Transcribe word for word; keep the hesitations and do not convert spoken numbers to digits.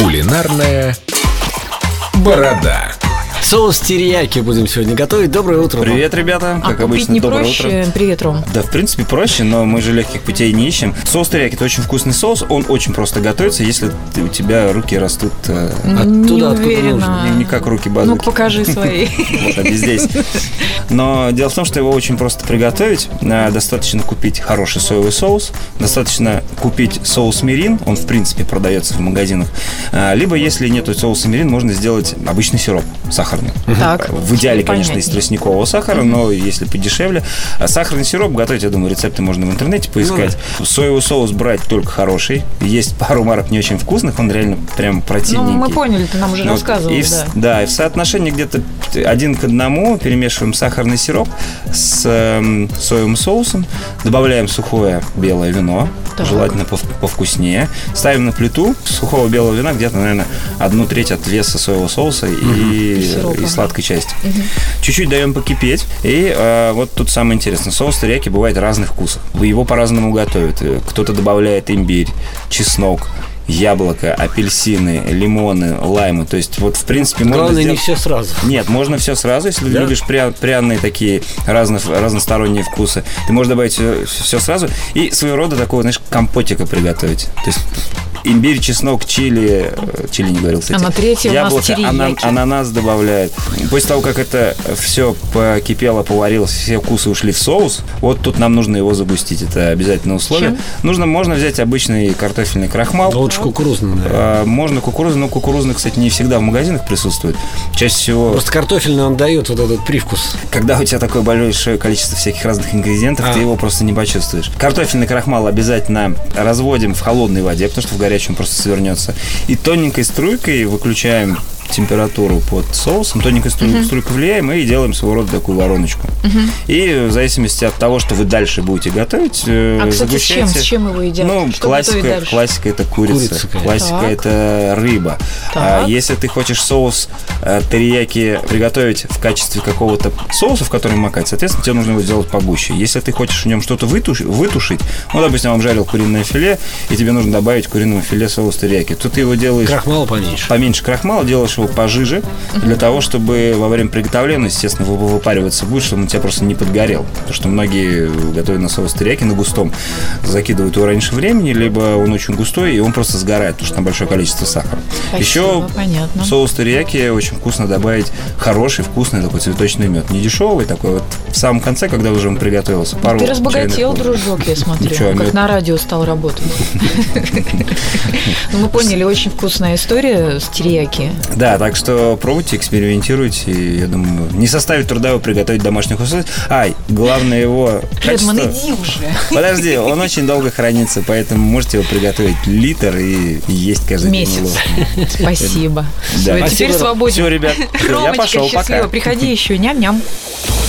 Кулинарная борода. Соус терияки будем сегодня готовить. Доброе утро. Привет, ребята. А как купить обычно, не доброе проще? утро. Привет, Ром. Да, в принципе, проще, но мы же легких путей не ищем. Соус терияки – это очень вкусный соус. Он очень просто готовится, если ты, у тебя руки растут э, оттуда, откуда нужно. не, не как руки базуки. Ну, покажи свои. Вот они здесь. Но дело в том, что его очень просто приготовить. Достаточно купить хороший соевый соус, достаточно купить соус мирин, он, в принципе, продается в магазинах. Либо, если нету соуса мирин, можно сделать обычный сироп сахарный. Так. В идеале, конечно, Понятнее. из тростникового сахара, но если подешевле. А сахарный сироп готовить, я думаю, рецепты можно в интернете поискать. Ну, соевый соус брать только хороший. Есть пару марок не очень вкусных, он реально прям противненький. Ну, мы поняли, ты нам уже Вот. рассказывал, И в, да. да, и в соотношении где-то один к одному перемешиваем сахарный сироп с э, соевым соусом, добавляем сухое белое вино, Так. желательно пов- повкуснее, ставим на плиту сухого белого вина где-то, наверное, одну треть от веса соевого соуса и, И и, сиропа. сладкой части. Чуть-чуть даем покипеть. И э, вот тут самое интересное. Соус терияки бывает разных вкусов. Его по-разному готовят. Кто-то добавляет имбирь, чеснок, яблоко, апельсины, лимоны, лаймы. То есть, вот, в принципе, можно Главное, сделать... не все сразу. Нет, можно все сразу, если ты Да? любишь пря- пряные такие разно- разносторонние вкусы. Ты можешь добавить все сразу и своего рода такого, знаешь, компотика приготовить. То есть имбирь, чеснок, чили, э, чили не говорил, кстати. А на третье у нас Яблоко, терияки. ана- ананас добавляет. После того, как это все покипело, поварилось, все вкусы ушли в соус, вот тут нам нужно его загустить. Это обязательное условие. Чем? Нужно, можно взять обычный картофельный крахмал. Но лучше кукурузный, наверное. А, Можно кукурузный, но кукурузный, кстати, не всегда в магазинах присутствует. Чаще всего, Просто картофельный он дает вот этот привкус. когда у тебя такое большое количество всяких разных ингредиентов, А. ты его просто не почувствуешь. Картофельный крахмал обязательно разводим в холодной воде, потому что в горячем просто свернется. И тоненькой струйкой выключаем температуру под соусом, тоненькой струй- uh-huh. струйкой влияем и делаем своего рода такую вороночку. Uh-huh. И в зависимости от того, что вы дальше будете готовить, А, кстати, с чем? загущайте. С чем его едят? Ну, Что готовить классика, дальше? классика это курица, Курица, конечно. классика Так. это рыба. Так. А если ты хочешь соус э, терияки приготовить в качестве какого-то соуса, в который макать, соответственно, тебе нужно его сделать погуще. Если ты хочешь в нем что-то вытуш- вытушить, ну, допустим, я вам жарил куриное филе, и тебе нужно добавить к куриному филе соус терияки, то ты его делаешь Крахмала поменьше. поменьше крахмала, делаешь его пожиже, для того, чтобы во время приготовления, естественно, вы- выпариваться будет, чтобы он у тебя просто не подгорел. Потому что многие, готовя на соус терияки на густом, закидывают его раньше времени, либо он очень густой, и он просто сгорает, потому что там большое количество сахара. Спасибо, Еще понятно. в соус терияки очень вкусно добавить хороший, вкусный такой цветочный мед. Не дешевый такой, вот в самом конце, когда уже он приготовился. Пару Ты разбогател, чайных ложек. дружок, я смотрю. Ну, чё, как мед? на радио стал работать. Ну, мы поняли, очень вкусная история с терияки. Да, так что пробуйте, экспериментируйте. И, я думаю, не составит труда его приготовить в домашних условиях. Ай, главное его Фредман, качество- иди уже. Подожди, он очень долго хранится, поэтому можете его приготовить литр и есть каждый день Месяц. ложку. Спасибо. Да. Всё, теперь Спасибо. свободен. Все, ребят, всё, я Ромочка, пошел, счастливо. пока. Приходи еще. Ням-ням.